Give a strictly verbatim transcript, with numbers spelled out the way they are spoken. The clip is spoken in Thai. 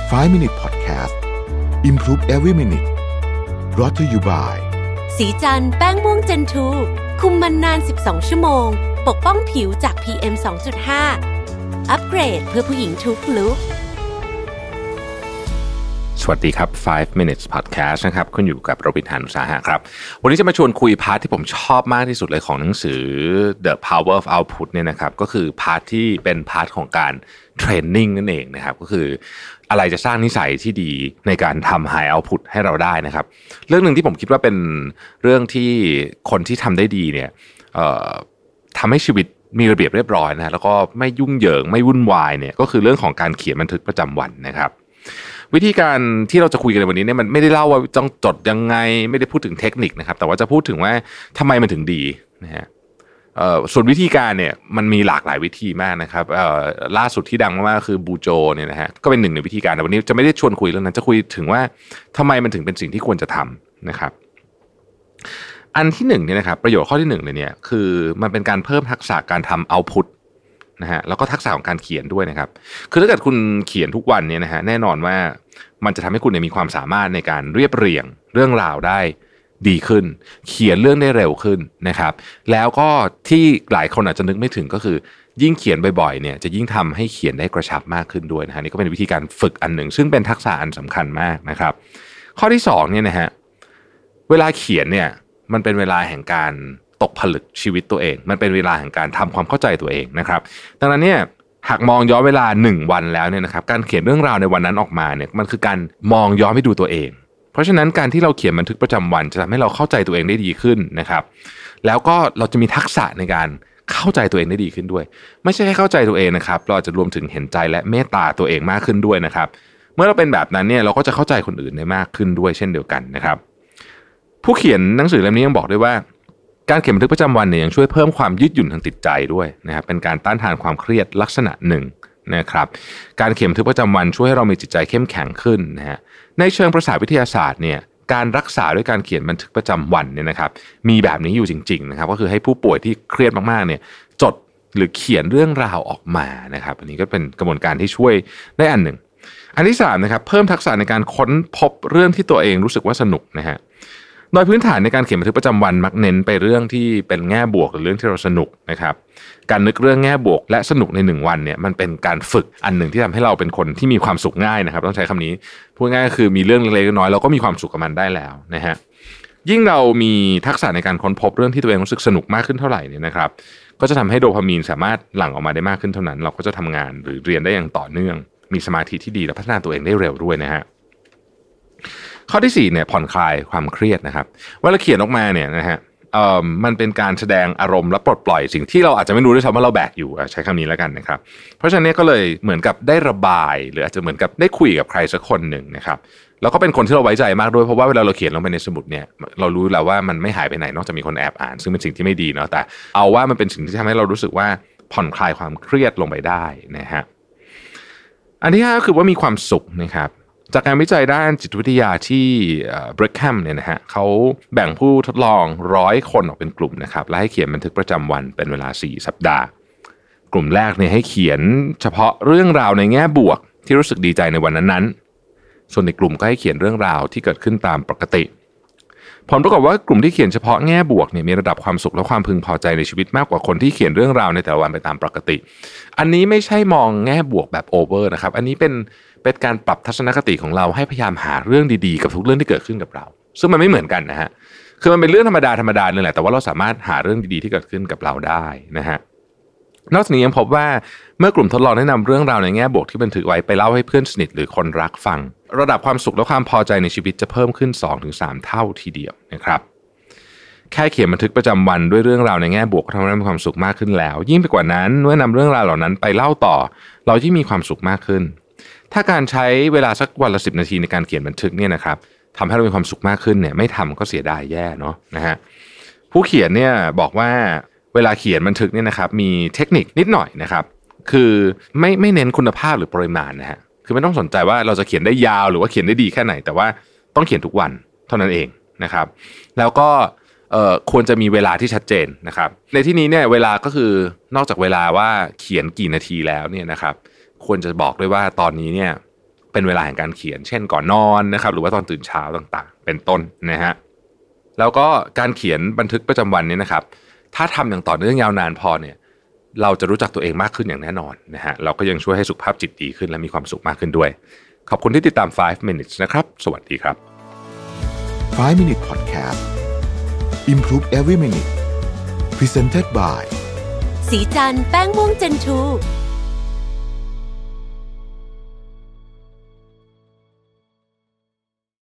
ไฟว์ minute podcast improve every minute brought to you by สีจันแป้งม่วงเจนทูคุมมันนานสิบสองชั่วโมงปกป้องผิวจาก พี เอ็ม สองจุดห้า อัปเกรดเพื่อผู้หญิงทุกลุคสวัสดีครับไฟว์ minutes podcast นะครับคุณอยู่กับโรบิน หาญอุตสาหะครับวันนี้จะมาชวนคุยพาร์ทที่ผมชอบมากที่สุดเลยของหนังสือ The Power of Output เนี่ยนะครับก็คือพาร์ทที่เป็นพาร์ทของการเทรนนิ่งนั่นเองนะครับก็คืออะไรจะสร้างนิสัยที่ดีในการทำ high output ให้เราได้นะครับเรื่องนึงที่ผมคิดว่าเป็นเรื่องที่คนที่ทำได้ดีเนี่ยเอ่อทำให้ชีวิตมีระเบียบเรียบร้อยนะแล้วก็ไม่ยุ่งเหยิงไม่วุ่นวายเนี่ยก็คือเรื่องของการเขียนบันทึกประจำวันนะครับวิธีการที่เราจะคุยกันในวันนี้เนี่ยมันไม่ได้เล่าว่าต้องจดยังไงไม่ได้พูดถึงเทคนิคนะครับแต่ว่าจะพูดถึงว่าทำไมมันถึงดีนะฮะเอ่อส่วนวิธีการเนี่ยมันมีหลากหลายวิธีมากนะครับเอ่อล่าสุดที่ดังมากๆคือบูโจเนี่ยนะฮะก็เป็นหนึ่งในวิธีการแต่วันนี้จะไม่ได้ชวนคุยเรื่องนั้นจะคุยถึงว่าทำไมมันถึงเป็นสิ่งที่ควรจะทำนะครับอันที่หนึ่งเนี่ยนะครับประโยชน์ข้อที่หนึ่งเลยเนี่ยคือมันเป็นการเพิ่มทักษะการทำเอาต์พุตนะฮะแล้วก็ทักษะของการเขียนด้วยนะครับคือถ้าเกิดคุณเขียนทุกวันเนี่ยนะฮะแน่นอนว่ามันจะทำให้คุณเนี่ยมีความสามารถในการเรียบเรียงเรื่องราวได้ดีขึ้นเขียนเรื่องได้เร็วขึ้นนะครับแล้วก็ที่หลายคนอาจจะนึกไม่ถึงก็คือยิ่งเขียนบ่อยๆเนี่ยจะยิ่งทำให้เขียนได้กระชับมากขึ้นด้วยนะฮะนี่ก็เป็นวิธีการฝึกอันหนึ่งซึ่งเป็นทักษะอันสำคัญมากนะครับข้อที่สองเนี่ยนะฮะเวลาเขียนเนี่ยมันเป็นเวลาแห่งการตกผลึกชีวิตตัวเองมันเป็นเวลาแห่งการทำความเข้าใจตัวเองนะครับดังนั้นเนี่ยหากมองย้อนเวลาหนึ่งวันแล้วเนี่ยนะครับการเขียนเรื่องราวในวันนั้นออกมาเนี่ยมันคือการมองย้อนไปดูตัวเองเพราะฉะนั้นการที่เราเขียนบันทึกประจำวันจะทำให้เราเข้าใจตัวเองได้ดีขึ้นนะครับแล้วก็เราจะมีทักษะในการเข้าใจตัวเองได้ดีขึ้นด้วยไม่ใช่แค่เข้าใจตัวเองนะครับเราจะรวมถึงเห็นใจและเมตตาตัวเองมากขึ้นด้วยนะครับเมื่อเราเป็นแบบนั้นเนี่ยเราก็จะเข้าใจคนอื่นได้มากขึ้นด้วยเช่นเดียวกันนะครับผู้เขียนหนังสือเล่มนี้ยังบอกด้วยว่าการเขียนบันทึกประจำวันเนี่ยยังช่วยเพิ่มความยืดหยุ่นทางจิตใจด้วยนะครับเป็นการต้านทานความเครียดลักษณะหนึ่งนะครับการเขียนบันทึกประจำวันช่วยให้เรามีจิตใจเข้มแข็งขึ้นนะฮะในเชิงประสาทวิทยาศาสตร์เนี่ยการรักษาด้วยการเขียนบันทึกประจำวันเนี่ยนะครับมีแบบนี้อยู่จริงๆนะครับก็คือให้ผู้ป่วยที่เครียดมากๆเนี่ยจดหรือเขียนเรื่องราวออกมานะครับอันนี้ก็เป็นกระบวนการที่ช่วยได้อันหนึ่งอันที่สามนะครับเพิ่มทักษะในการค้นพบเรื่องที่ตัวเองรู้สึกว่าสนุกนะฮะโดยพื้นฐานในการเขียนบันทึกประจำวันมักเน้นไปเรื่องที่เป็นแง่บวกหรือเรื่องที่เราสนุกนะครับการนึกเรื่องแง่บวกและสนุกในหนึ่งวันเนี่ยมันเป็นการฝึกอันหนึ่งที่ทำให้เราเป็นคนที่มีความสุขง่ายนะครับต้องใช้คำนี้พูดง่ายก็คือมีเรื่องเล็กๆน้อยๆเราก็มีความสุขกับมันได้แล้วนะฮะยิ่งเรามีทักษะในการค้นพบเรื่องที่ตัวเองรู้สึกสนุกมากขึ้นเท่าไหร่เนี่ยนะครับก็จะทำให้โดพามีนสามารถหลั่งออกมาได้มากขึ้นเท่านั้นเราก็จะทำงานหรือเรียนได้อย่างต่อเนื่องมีสมาธิที่ดีและพัฒนาตัวเองได้เร็วด้วยนะฮะข้อที่สี่เนี่ยผ่อนคลายความเครียดนะครับเวลาเขียนออกมาเนี่ยนะฮะเอ่อมันเป็นการแสดงอารมณ์และปลดปล่อยสิ่งที่เราอาจจะไม่รู้ด้วยซ้ำว่าเราแบกอยู่ใช้คำนี้แล้วกันนะครับเพราะฉะนั้นก็เลยเหมือนกับได้ระบายหรืออาจจะเหมือนกับได้คุยกับใครสักคนหนึ่งนะครับแล้วก็เป็นคนที่เราไว้ใจมากด้วยเพราะว่าเวลาเราเขียนลงไปในสมุดเนี่ยเรารู้แล้วว่ามันไม่หายไปไหนนอกจากมีคนแอบอ่านซึ่งเป็นสิ่งที่ไม่ดีเนาะแต่เอาว่ามันเป็นสิ่งที่ทำให้เรารู้สึกว่าผ่อนคลายความเครียดลงไปได้นะฮะอันที่ห้าก็คือว่ามีความสุขนะครับจากการวิจัยด้านจิตวิทยาที่เบรคแฮมเนี่ยนะฮะเขาแบ่งผู้ทดลองร้อยคนออกเป็นกลุ่มนะครับและให้เขียนบันทึกประจำวันเป็นเวลาสี่สัปดาห์กลุ่มแรกเนี่ยให้เขียนเฉพาะเรื่องราวในแง่บวกที่รู้สึกดีใจในวันนั้นๆส่วนในกลุ่มก็ให้เขียนเรื่องราวที่เกิดขึ้นตามปกติผลปรากฏว่ากลุ่มที่เขียนเฉพาะแง่บวกเนี่ยมีระดับความสุขและความพึงพอใจในชีวิตมากกว่าคนที่เขียนเรื่องราวในแต่ละวันไปตามปกติอันนี้ไม่ใช่มองแง่บวกแบบโอเวอร์นะครับอันนี้เป็นเป็นการปรับทัศนคติของเราให้พยายามหาเรื่องดีๆกับทุกเรื่องที่เกิดขึ้นกับเราซึ่งมันไม่เหมือนกันนะฮะคือมันเป็นเรื่องธรรมดาธรรมดาเลยแหละแต่ว่าเราสามารถหาเรื่องดีๆที่เกิดขึ้นกับเราได้นะฮะนอกจากนี้ยังพบว่าเมื่อกลุ่มทดลองแนะนำเรื่องราวในแง่บวกที่บันทึกไว้ไปเล่าให้เพื่อนสนิทหรือคนรักฟังระดับความสุขและความพอใจในชีวิตจะเพิ่มขึ้น สองถึงสาม เท่าทีเดียวนะครับแค่เขียนบันทึกประจำวันด้วยเรื่องราวในแง่บวกก็ทำให้เรามีความสุขมากขึ้นแล้วยิ่งไปกว่านั้นเมื่อนำเรื่องราวเหล่านั้นไปเล่าต่อเรายิ่งมีความสุขมากขึ้นถ้าการใช้เวลาสักวันละสิบนาทีในการเขียนบันทึกเนี่ยนะครับทำให้เรามีความสุขมากขึ้นเนี่ยไม่ทำก็เสียดายแย่เนาะนะฮะผู้เขียนเนี่ยบอกว่าเวลาเขียนบันทึกเนี่ยนะครับมีเทคนิคนิดหน่อยนะครับคือไม่ไม่เน้นคุณภาพหรือปริมาณนะฮะคือไม่ต้องสนใจว่าเราจะเขียนได้ยาวหรือว่าเขียนได้ดีแค่ไหนแต่ว่าต้องเขียนทุกวันเท่านั้นเองนะครับแล้วก็ เอ่อควรจะมีเวลาที่ชัดเจนนะครับในที่นี้เนี่ยเวลาก็คือนอกจากเวลาว่าเขียนกี่นาทีแล้วเนี่ยนะครับควรจะบอกด้วยว่าตอนนี้เนี่ยไปเป็นเวลาแห่งการเขียนเช่นก่อนนอนนะครับหรือว่าตอนตื่นเช้าต่างๆเป็นต้นนะฮะแล้วก็การเขียนบันทึกประจำวันนี้นะครับถ้าทำอย่างต่อเนื่องยาวนานพอเนี่ยเราจะรู้จักตัวเองมากขึ้นอย่างแน่นอนนะฮะเราก็ยังช่วยให้สุขภาพจิตดีขึ้นและมีความสุขมากขึ้นด้วยขอบคุณที่ติดตามไฟว์ minutes นะครับสวัสดีครับไฟว์ minute podcast improve every minute presented by สีจันทร์แป้งม่วงเจนทู